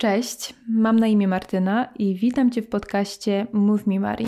Cześć, mam na imię Martyna i witam Cię w podcaście Move Me Mari.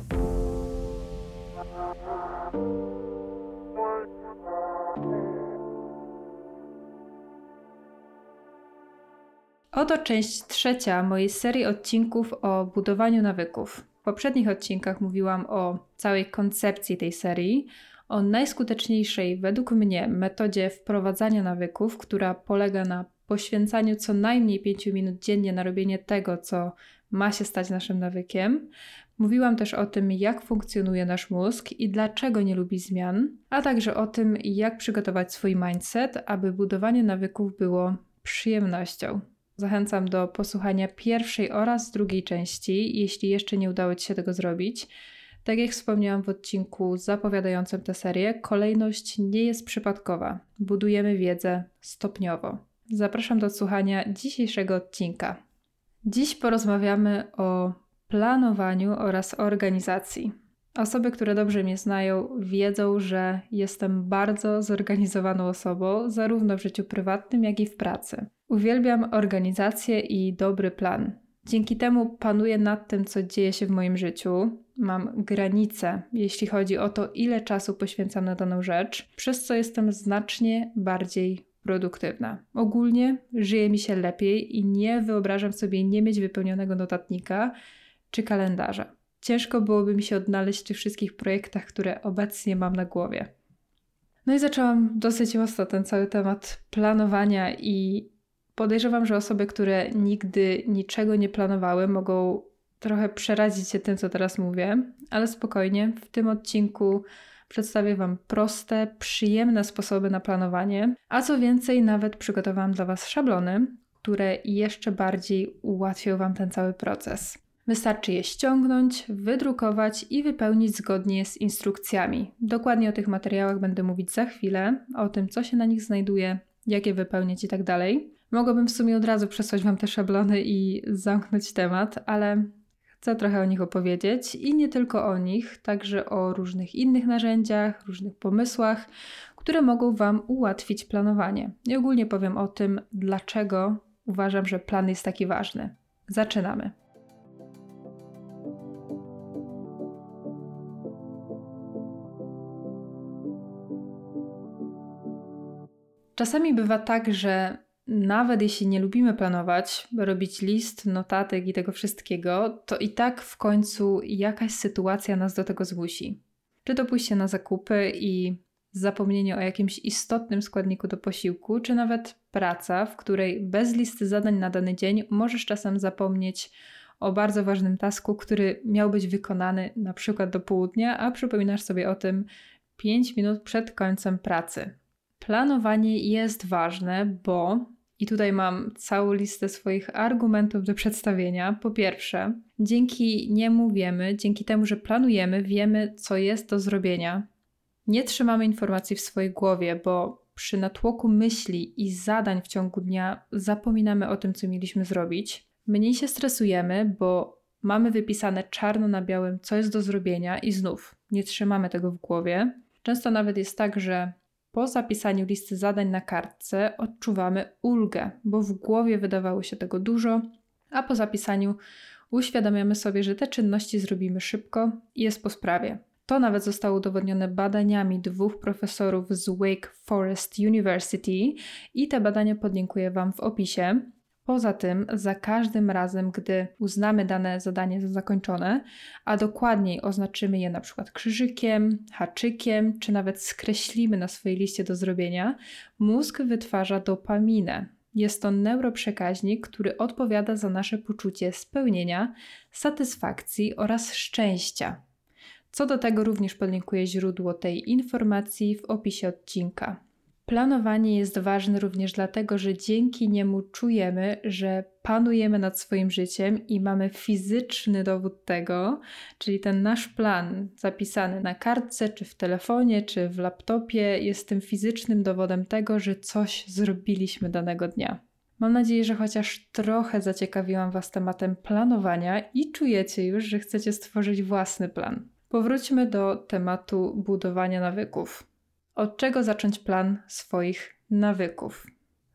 Oto część trzecia mojej serii odcinków o budowaniu nawyków. W poprzednich odcinkach mówiłam o całej koncepcji tej serii, o najskuteczniejszej według mnie metodzie wprowadzania nawyków, która polega na poświęcaniu co najmniej 5 minut dziennie na robienie tego, co ma się stać naszym nawykiem. Mówiłam też o tym, jak funkcjonuje nasz mózg i dlaczego nie lubi zmian, a także o tym, jak przygotować swój mindset, aby budowanie nawyków było przyjemnością. Zachęcam do posłuchania pierwszej oraz drugiej części, jeśli jeszcze nie udało Ci się tego zrobić. Tak jak wspomniałam w odcinku zapowiadającym tę serię, kolejność nie jest przypadkowa. Budujemy wiedzę stopniowo. Zapraszam do odsłuchania dzisiejszego odcinka. Dziś porozmawiamy o planowaniu oraz organizacji. Osoby, które dobrze mnie znają, wiedzą, że jestem bardzo zorganizowaną osobą, zarówno w życiu prywatnym, jak i w pracy. Uwielbiam organizację i dobry plan. Dzięki temu panuję nad tym, co dzieje się w moim życiu. Mam granice, jeśli chodzi o to, ile czasu poświęcam na daną rzecz, przez co jestem znacznie bardziej produktywna. Ogólnie żyje mi się lepiej i nie wyobrażam sobie nie mieć wypełnionego notatnika czy kalendarza. Ciężko byłoby mi się odnaleźć w tych wszystkich projektach, które obecnie mam na głowie. No i zaczęłam dosyć mocno ten cały temat planowania i podejrzewam, że osoby, które nigdy niczego nie planowały, mogą trochę przerazić się tym, co teraz mówię, ale spokojnie, w tym odcinku przedstawię Wam proste, przyjemne sposoby na planowanie, a co więcej, nawet przygotowałam dla Was szablony, które jeszcze bardziej ułatwią Wam ten cały proces. Wystarczy je ściągnąć, wydrukować i wypełnić zgodnie z instrukcjami. Dokładnie o tych materiałach będę mówić za chwilę, o tym, co się na nich znajduje, jak je wypełniać i tak dalej. Mogłabym w sumie od razu przesłać Wam te szablony i zamknąć temat, ale chcę trochę o nich opowiedzieć i nie tylko o nich, także o różnych innych narzędziach, różnych pomysłach, które mogą Wam ułatwić planowanie. I ogólnie powiem o tym, dlaczego uważam, że plan jest taki ważny. Zaczynamy. Czasami bywa tak, że nawet jeśli nie lubimy planować, robić list, notatek i tego wszystkiego, to i tak w końcu jakaś sytuacja nas do tego zmusi. Czy to pójście na zakupy i zapomnienie o jakimś istotnym składniku do posiłku, czy nawet praca, w której bez listy zadań na dany dzień możesz czasem zapomnieć o bardzo ważnym tasku, który miał być wykonany na przykład do południa, a przypominasz sobie o tym 5 minut przed końcem pracy. Planowanie jest ważne, bo, i tutaj mam całą listę swoich argumentów do przedstawienia. Po pierwsze, dzięki niemu dzięki temu, że planujemy, wiemy, co jest do zrobienia. Nie trzymamy informacji w swojej głowie, bo przy natłoku myśli i zadań w ciągu dnia zapominamy o tym, co mieliśmy zrobić. Mniej się stresujemy, bo mamy wypisane czarno na białym, co jest do zrobienia i znów nie trzymamy tego w głowie. Często nawet jest tak, że po zapisaniu listy zadań na kartce odczuwamy ulgę, bo w głowie wydawało się tego dużo, a po zapisaniu uświadamiamy sobie, że te czynności zrobimy szybko i jest po sprawie. To nawet zostało udowodnione badaniami 2 profesorów z Wake Forest University i te badania podlinkuję Wam w opisie. Poza tym, za każdym razem, gdy uznamy dane zadanie za zakończone, a dokładniej oznaczymy je na przykład krzyżykiem, haczykiem, czy nawet skreślimy na swojej liście do zrobienia, mózg wytwarza dopaminę. Jest to neuroprzekaźnik, który odpowiada za nasze poczucie spełnienia, satysfakcji oraz szczęścia. Co do tego również podlinkuję źródło tej informacji w opisie odcinka. Planowanie jest ważne również dlatego, że dzięki niemu czujemy, że panujemy nad swoim życiem i mamy fizyczny dowód tego, czyli ten nasz plan zapisany na kartce, czy w telefonie, czy w laptopie jest tym fizycznym dowodem tego, że coś zrobiliśmy danego dnia. Mam nadzieję, że chociaż trochę zaciekawiłam Was tematem planowania i czujecie już, że chcecie stworzyć własny plan. Powróćmy do tematu budowania nawyków. Od czego zacząć plan swoich nawyków?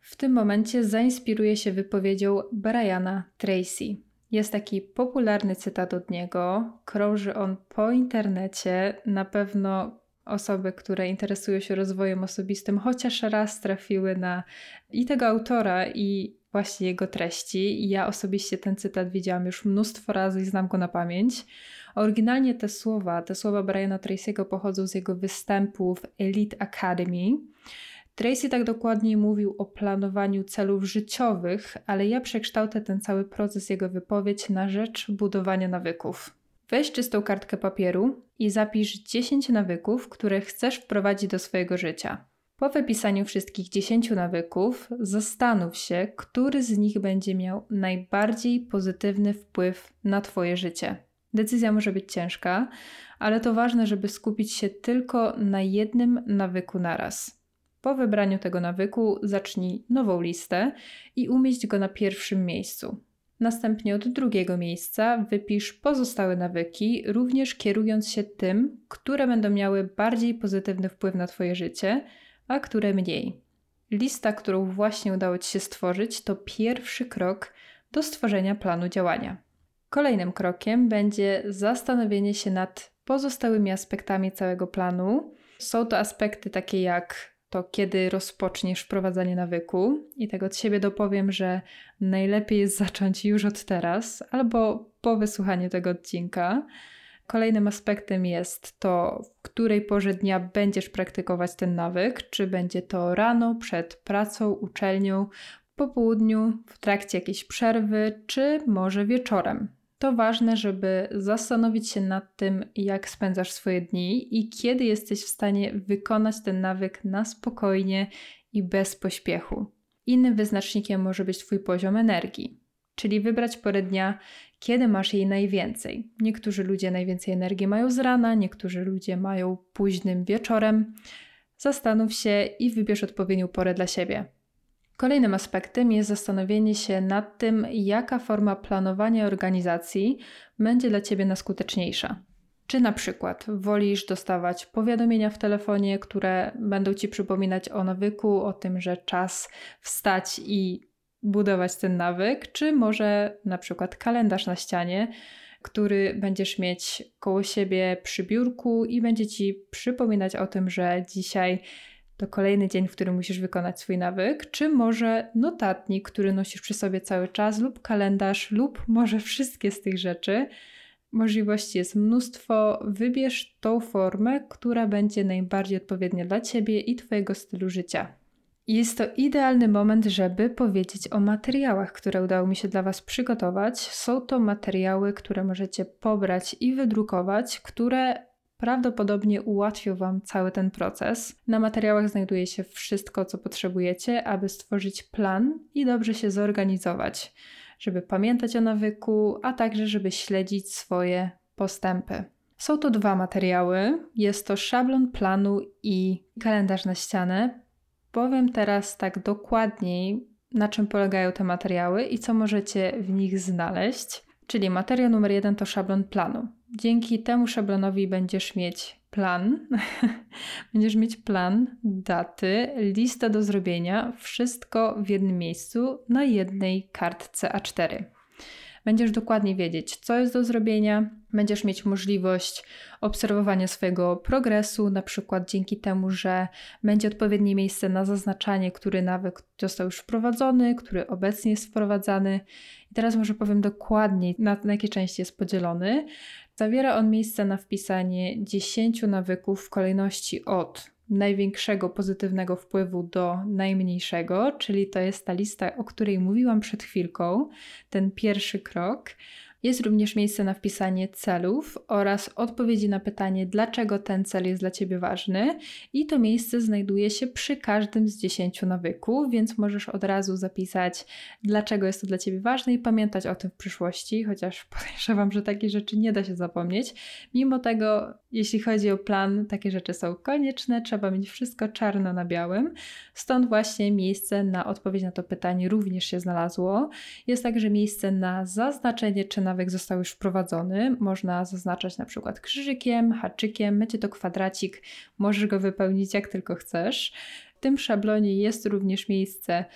W tym momencie zainspiruję się wypowiedzią Briana Tracy. Jest taki popularny cytat od niego, krąży on po internecie. Na pewno osoby, które interesują się rozwojem osobistym, chociaż raz trafiły na i tego autora, i właśnie jego treści. Ja osobiście ten cytat widziałam już mnóstwo razy i znam go na pamięć. Oryginalnie te słowa Briana Tracy'ego pochodzą z jego występu w Elite Academy. Tracy tak dokładniej mówił o planowaniu celów życiowych, ale ja przekształcę ten cały proces, jego wypowiedź na rzecz budowania nawyków. Weź czystą kartkę papieru i zapisz 10 nawyków, które chcesz wprowadzić do swojego życia. Po wypisaniu wszystkich 10 nawyków zastanów się, który z nich będzie miał najbardziej pozytywny wpływ na Twoje życie. Decyzja może być ciężka, ale to ważne, żeby skupić się tylko na jednym nawyku naraz. Po wybraniu tego nawyku zacznij nową listę i umieść go na pierwszym miejscu. Następnie od drugiego miejsca wypisz pozostałe nawyki, również kierując się tym, które będą miały bardziej pozytywny wpływ na Twoje życie, a które mniej. Lista, którą właśnie udało Ci się stworzyć, to pierwszy krok do stworzenia planu działania. Kolejnym krokiem będzie zastanowienie się nad pozostałymi aspektami całego planu. Są to aspekty takie jak to, kiedy rozpoczniesz wprowadzanie nawyku, i tego od siebie dopowiem, że najlepiej jest zacząć już od teraz albo po wysłuchaniu tego odcinka. Kolejnym aspektem jest to, w której porze dnia będziesz praktykować ten nawyk, czy będzie to rano, przed pracą, uczelnią, po południu, w trakcie jakiejś przerwy, czy może wieczorem. To ważne, żeby zastanowić się nad tym, jak spędzasz swoje dni i kiedy jesteś w stanie wykonać ten nawyk na spokojnie i bez pośpiechu. Innym wyznacznikiem może być Twój poziom energii, czyli wybrać porę dnia, kiedy masz jej najwięcej. Niektórzy ludzie najwięcej energii mają z rana, niektórzy ludzie mają późnym wieczorem. Zastanów się i wybierz odpowiednią porę dla siebie. Kolejnym aspektem jest zastanowienie się nad tym, jaka forma planowania i organizacji będzie dla Ciebie najskuteczniejsza. Czy na przykład wolisz dostawać powiadomienia w telefonie, które będą Ci przypominać o nawyku, o tym, że czas wstać i budować ten nawyk, czy może na przykład kalendarz na ścianie, który będziesz mieć koło siebie przy biurku i będzie Ci przypominać o tym, że dzisiaj to kolejny dzień, w którym musisz wykonać swój nawyk, czy może notatnik, który nosisz przy sobie cały czas, lub kalendarz, lub może wszystkie z tych rzeczy. Możliwości jest mnóstwo. Wybierz tą formę, która będzie najbardziej odpowiednia dla Ciebie i Twojego stylu życia. Jest to idealny moment, żeby powiedzieć o materiałach, które udało mi się dla Was przygotować. Są to materiały, które możecie pobrać i wydrukować, które prawdopodobnie ułatwią Wam cały ten proces. Na materiałach znajduje się wszystko, co potrzebujecie, aby stworzyć plan i dobrze się zorganizować, żeby pamiętać o nawyku, a także żeby śledzić swoje postępy. Są to 2 materiały. Jest to szablon planu i kalendarz na ścianę. Powiem teraz tak dokładniej, na czym polegają te materiały i co możecie w nich znaleźć. Czyli materiał numer 1 to szablon planu. Dzięki temu szablonowi będziesz mieć plan, będziesz mieć plan, daty, listę do zrobienia, wszystko w jednym miejscu na jednej kartce A4. Będziesz dokładnie wiedzieć, co jest do zrobienia, będziesz mieć możliwość obserwowania swojego progresu, na przykład dzięki temu, że będzie odpowiednie miejsce na zaznaczanie, który nawyk został już wprowadzony, który obecnie jest wprowadzany. I teraz może powiem dokładniej, na jakie części jest podzielony. Zawiera on miejsce na wpisanie 10 nawyków w kolejności od największego pozytywnego wpływu do najmniejszego, czyli to jest ta lista, o której mówiłam przed chwilką, ten pierwszy krok. Jest również miejsce na wpisanie celów oraz odpowiedzi na pytanie, dlaczego ten cel jest dla Ciebie ważny, i to miejsce znajduje się przy każdym z 10 nawyków, więc możesz od razu zapisać, dlaczego jest to dla Ciebie ważne i pamiętać o tym w przyszłości, chociaż podejrzewam, że takie rzeczy nie da się zapomnieć. Mimo tego, jeśli chodzi o plan, takie rzeczy są konieczne, trzeba mieć wszystko czarno na białym, stąd właśnie miejsce na odpowiedź na to pytanie również się znalazło. Jest także miejsce na zaznaczenie, czy nawyk został już wprowadzony. Można zaznaczać na przykład krzyżykiem, haczykiem, będzie to kwadracik, możesz go wypełnić jak tylko chcesz. W tym szablonie jest również miejsce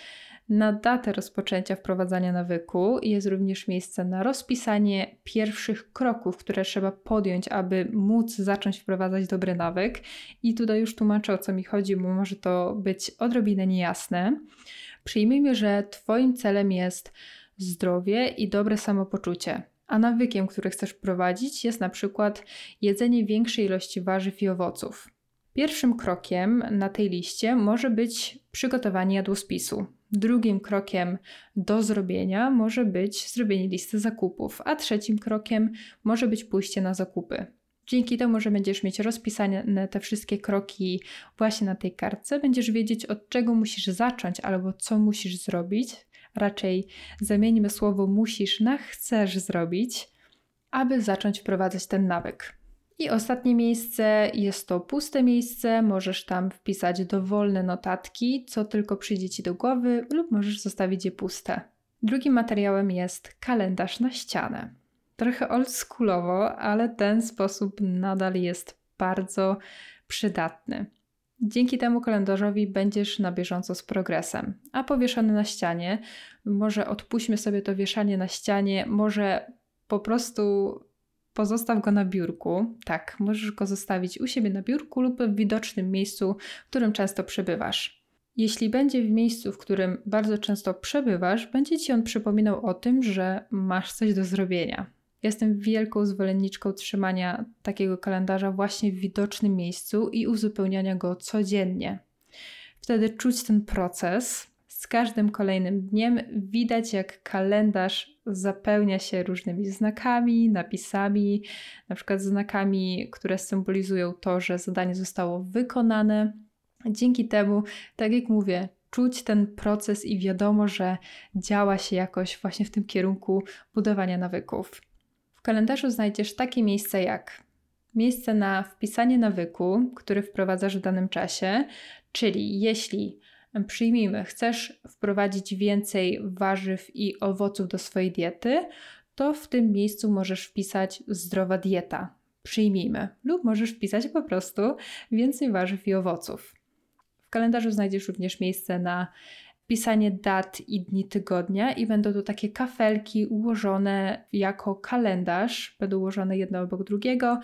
Na datę rozpoczęcia wprowadzania nawyku jest również miejsce na rozpisanie pierwszych kroków, które trzeba podjąć, aby móc zacząć wprowadzać dobry nawyk. I tutaj już tłumaczę, o co mi chodzi, bo może to być odrobinę niejasne. Przyjmijmy, że Twoim celem jest zdrowie i dobre samopoczucie, a nawykiem, który chcesz wprowadzić, jest na przykład jedzenie większej ilości warzyw i owoców. Pierwszym krokiem na tej liście może być przygotowanie jadłospisu. Drugim krokiem do zrobienia może być zrobienie listy zakupów, a trzecim krokiem może być pójście na zakupy. Dzięki temu, że będziesz mieć rozpisane te wszystkie kroki właśnie na tej kartce, będziesz wiedzieć, od czego musisz zacząć albo co musisz zrobić. Raczej zamieńmy słowo musisz na chcesz zrobić, aby zacząć wprowadzać ten nawyk. I ostatnie miejsce jest to puste miejsce. Możesz tam wpisać dowolne notatki, co tylko przyjdzie Ci do głowy, lub możesz zostawić je puste. Drugim materiałem jest kalendarz na ścianę. Trochę oldschoolowo, ale ten sposób nadal jest bardzo przydatny. Dzięki temu kalendarzowi będziesz na bieżąco z progresem. A powieszony na ścianie, może odpuśćmy sobie to wieszanie na ścianie, może po prostu pozostaw go na biurku. Tak, możesz go zostawić u siebie na biurku lub w widocznym miejscu, w którym często przebywasz. Jeśli będzie w miejscu, w którym bardzo często przebywasz, będzie Ci on przypominał o tym, że masz coś do zrobienia. Jestem wielką zwolenniczką trzymania takiego kalendarza właśnie w widocznym miejscu i uzupełniania go codziennie. Wtedy czuć ten proces. Z każdym kolejnym dniem widać, jak kalendarz zapełnia się różnymi znakami, napisami, na przykład znakami, które symbolizują to, że zadanie zostało wykonane. Dzięki temu, tak jak mówię, czuć ten proces i wiadomo, że działa się jakoś właśnie w tym kierunku budowania nawyków. W kalendarzu znajdziesz takie miejsca jak miejsce na wpisanie nawyku, który wprowadzasz w danym czasie, czyli jeśli przyjmijmy, chcesz wprowadzić więcej warzyw i owoców do swojej diety, to w tym miejscu możesz wpisać zdrowa dieta. Przyjmijmy. Lub możesz wpisać po prostu więcej warzyw i owoców. W kalendarzu znajdziesz również miejsce na wpisanie dat i dni tygodnia i będą to takie kafelki ułożone jako kalendarz. Będą ułożone jedno obok drugiego,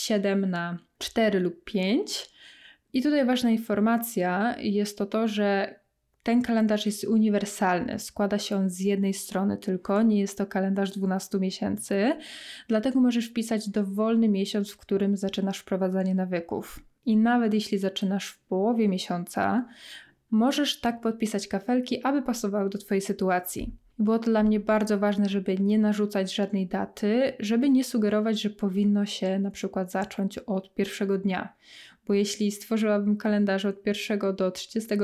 7 na 4 lub 5. I tutaj ważna informacja jest to, że ten kalendarz jest uniwersalny. Składa się on z jednej strony tylko, nie jest to kalendarz 12 miesięcy, dlatego możesz wpisać dowolny miesiąc, w którym zaczynasz wprowadzanie nawyków. I nawet jeśli zaczynasz w połowie miesiąca, możesz tak podpisać kafelki, aby pasowały do Twojej sytuacji. Było to dla mnie bardzo ważne, żeby nie narzucać żadnej daty, żeby nie sugerować, że powinno się na przykład zacząć od pierwszego dnia. Bo jeśli stworzyłabym kalendarz od 1 do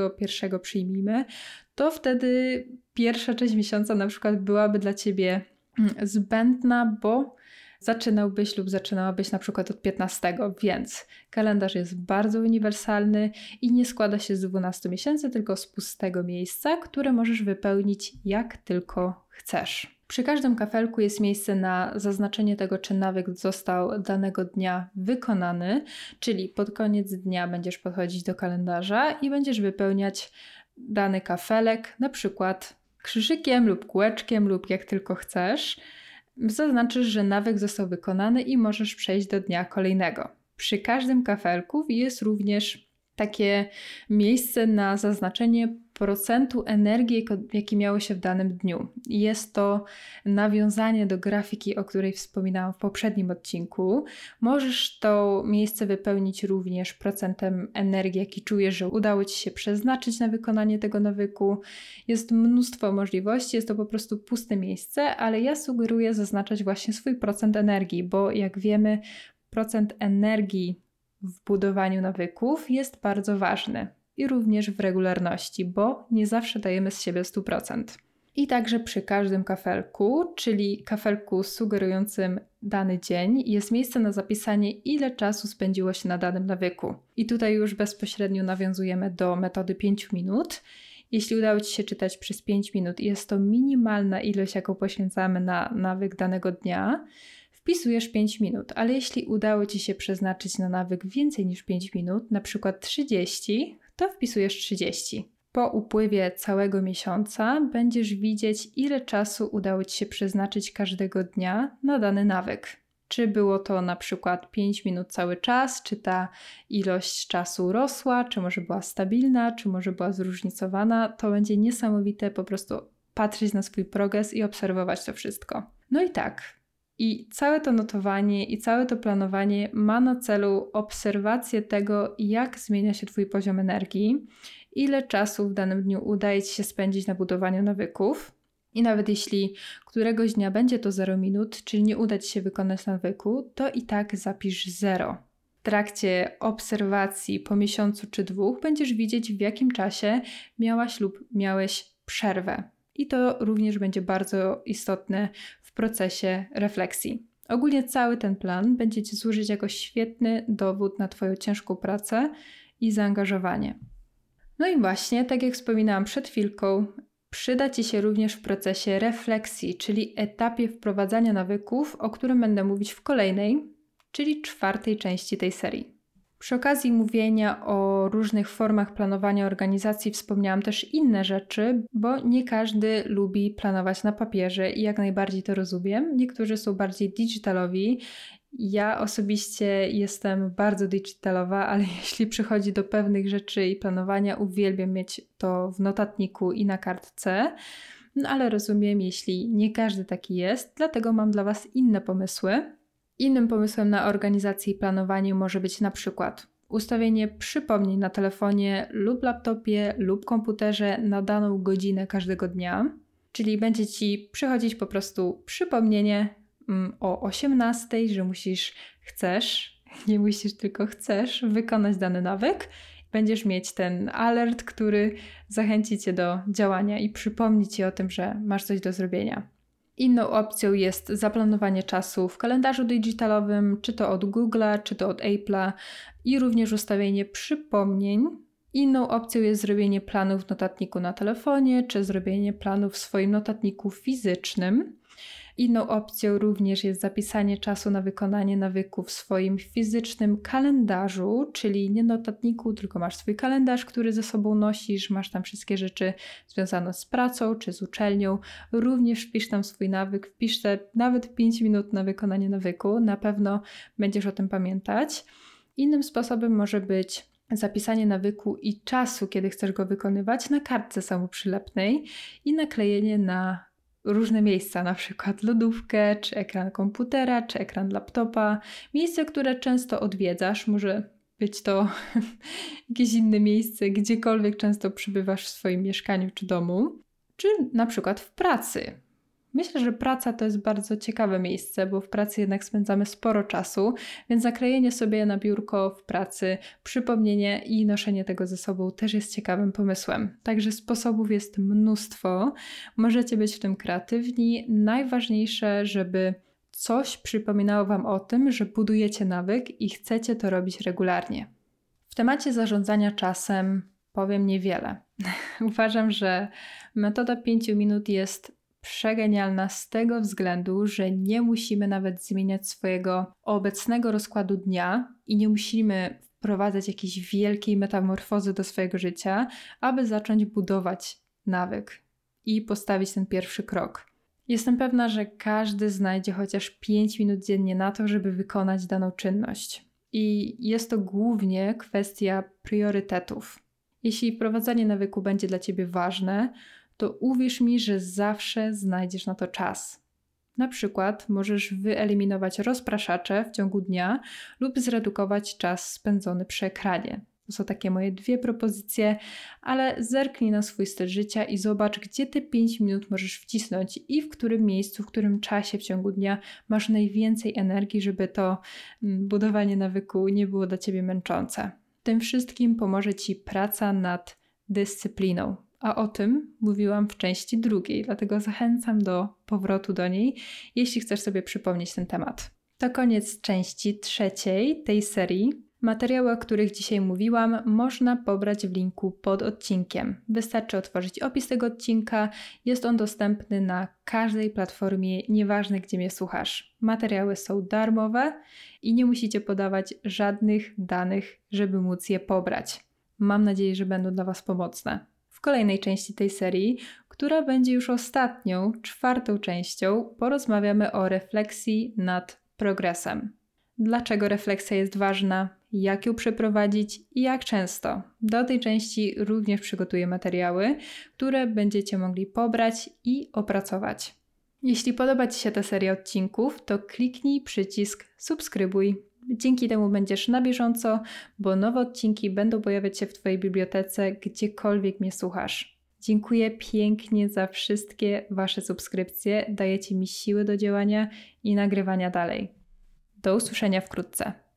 31 przyjmijmy, to wtedy pierwsza część miesiąca na przykład byłaby dla Ciebie zbędna, bo zaczynałbyś lub zaczynałabyś na przykład od 15, więc kalendarz jest bardzo uniwersalny i nie składa się z 12 miesięcy, tylko z pustego miejsca, które możesz wypełnić jak tylko chcesz. Przy każdym kafelku jest miejsce na zaznaczenie tego, czy nawyk został danego dnia wykonany, czyli pod koniec dnia będziesz podchodzić do kalendarza i będziesz wypełniać dany kafelek, na przykład krzyżykiem lub kółeczkiem lub jak tylko chcesz. Zaznaczysz, że nawyk został wykonany i możesz przejść do dnia kolejnego. Przy każdym kafelku jest również takie miejsce na zaznaczenie procentu energii, jaki miało się w danym dniu. Jest to nawiązanie do grafiki, o której wspominałam w poprzednim odcinku. Możesz to miejsce wypełnić również procentem energii, jaki czujesz, że udało Ci się przeznaczyć na wykonanie tego nawyku. Jest mnóstwo możliwości, jest to po prostu puste miejsce, ale ja sugeruję zaznaczać właśnie swój procent energii, bo jak wiemy, procent energii w budowaniu nawyków jest bardzo ważny i również w regularności, bo nie zawsze dajemy z siebie 100%. I także przy każdym kafelku, czyli kafelku sugerującym dany dzień, jest miejsce na zapisanie, ile czasu spędziło się na danym nawyku. I tutaj już bezpośrednio nawiązujemy do metody 5 minut. Jeśli udało Ci się czytać przez 5 minut i jest to minimalna ilość, jaką poświęcamy na nawyk danego dnia, wpisujesz 5 minut, ale jeśli udało Ci się przeznaczyć na nawyk więcej niż 5 minut, na przykład 30, to wpisujesz 30. po upływie całego miesiąca będziesz widzieć, ile czasu udało Ci się przeznaczyć każdego dnia na dany nawyk. Czy było to na przykład 5 minut cały czas, czy ta ilość czasu rosła, czy może była stabilna, czy może była zróżnicowana. To będzie niesamowite po prostu patrzeć na swój progres i obserwować to wszystko. No i tak. I całe to notowanie i całe to planowanie ma na celu obserwację tego, jak zmienia się Twój poziom energii, ile czasu w danym dniu udaje Ci się spędzić na budowaniu nawyków. I nawet jeśli któregoś dnia będzie to 0 minut, czyli nie uda Ci się wykonać nawyku, to i tak zapisz 0. W trakcie obserwacji po miesiącu czy 2 będziesz widzieć, w jakim czasie miałaś lub miałeś przerwę. I to również będzie bardzo istotne w procesie refleksji. Ogólnie cały ten plan będzie Ci służyć jako świetny dowód na Twoją ciężką pracę i zaangażowanie. No i właśnie, tak jak wspominałam przed chwilką, przyda Ci się również w procesie refleksji, czyli etapie wprowadzania nawyków, o którym będę mówić w kolejnej, czyli 4. części tej serii. Przy okazji mówienia o różnych formach planowania organizacji wspomniałam też inne rzeczy, bo nie każdy lubi planować na papierze i jak najbardziej to rozumiem. Niektórzy są bardziej digitalowi. Ja osobiście jestem bardzo digitalowa, ale jeśli przychodzi do pewnych rzeczy i planowania, uwielbiam mieć to w notatniku i na kartce. No ale rozumiem, jeśli nie każdy taki jest, dlatego mam dla Was inne pomysły. Innym pomysłem na organizację i planowanie może być na przykład ustawienie przypomnień na telefonie lub laptopie lub komputerze na daną godzinę każdego dnia. Czyli będzie Ci przychodzić po prostu przypomnienie o 18:00, że nie musisz, tylko chcesz wykonać dany nawyk. Będziesz mieć ten alert, który zachęci Cię do działania i przypomni Ci o tym, że masz coś do zrobienia. Inną opcją jest zaplanowanie czasu w kalendarzu digitalowym, czy to od Google'a, czy to od Apple'a i również ustawienie przypomnień. Inną opcją jest zrobienie planu w notatniku na telefonie, czy zrobienie planu w swoim notatniku fizycznym. Inną opcją również jest zapisanie czasu na wykonanie nawyku w swoim fizycznym kalendarzu, czyli nie notatniku, tylko masz swój kalendarz, który ze sobą nosisz, masz tam wszystkie rzeczy związane z pracą czy z uczelnią. Również wpisz tam swój nawyk, wpisz te nawet 5 minut na wykonanie nawyku, na pewno będziesz o tym pamiętać. Innym sposobem może być zapisanie nawyku i czasu, kiedy chcesz go wykonywać na kartce samoprzylepnej i naklejenie na różne miejsca, na przykład lodówkę, czy ekran komputera, czy ekran laptopa. Miejsce, które często odwiedzasz, może być to jakieś inne miejsce, gdziekolwiek często przybywasz w swoim mieszkaniu czy domu, czy na przykład w pracy. Myślę, że praca to jest bardzo ciekawe miejsce, bo w pracy jednak spędzamy sporo czasu, więc zaklejenie sobie na biurko w pracy, przypomnienie i noszenie tego ze sobą też jest ciekawym pomysłem. Także sposobów jest mnóstwo, możecie być w tym kreatywni. Najważniejsze, żeby coś przypominało Wam o tym, że budujecie nawyk i chcecie to robić regularnie. W temacie zarządzania czasem powiem niewiele. Uważam, że metoda 5 minut jest przegenialna z tego względu, że nie musimy nawet zmieniać swojego obecnego rozkładu dnia i nie musimy wprowadzać jakiejś wielkiej metamorfozy do swojego życia, aby zacząć budować nawyk i postawić ten pierwszy krok. Jestem pewna, że każdy znajdzie chociaż 5 minut dziennie na to, żeby wykonać daną czynność. I jest to głównie kwestia priorytetów. Jeśli wprowadzanie nawyku będzie dla Ciebie ważne, to uwierz mi, że zawsze znajdziesz na to czas. Na przykład możesz wyeliminować rozpraszacze w ciągu dnia lub zredukować czas spędzony przy ekranie. To są takie moje 2 propozycje, ale zerknij na swój styl życia i zobacz, gdzie te 5 minut możesz wcisnąć i w którym miejscu, w którym czasie w ciągu dnia masz najwięcej energii, żeby to budowanie nawyku nie było dla Ciebie męczące. Tym wszystkim pomoże Ci praca nad dyscypliną. A o tym mówiłam w części 2, dlatego zachęcam do powrotu do niej, jeśli chcesz sobie przypomnieć ten temat. To koniec części 3 tej serii. Materiały, o których dzisiaj mówiłam, można pobrać w linku pod odcinkiem. Wystarczy otworzyć opis tego odcinka. Jest on dostępny na każdej platformie, nieważne gdzie mnie słuchasz. Materiały są darmowe i nie musicie podawać żadnych danych, żeby móc je pobrać. Mam nadzieję, że będą dla Was pomocne. W kolejnej części tej serii, która będzie już ostatnią, 4. częścią, porozmawiamy o refleksji nad progresem. Dlaczego refleksja jest ważna, jak ją przeprowadzić i jak często. Do tej części również przygotuję materiały, które będziecie mogli pobrać i opracować. Jeśli podoba Ci się ta seria odcinków, to kliknij przycisk subskrybuj. Dzięki temu będziesz na bieżąco, bo nowe odcinki będą pojawiać się w Twojej bibliotece, gdziekolwiek mnie słuchasz. Dziękuję pięknie za wszystkie Wasze subskrypcje, dajecie mi siły do działania i nagrywania dalej. Do usłyszenia wkrótce.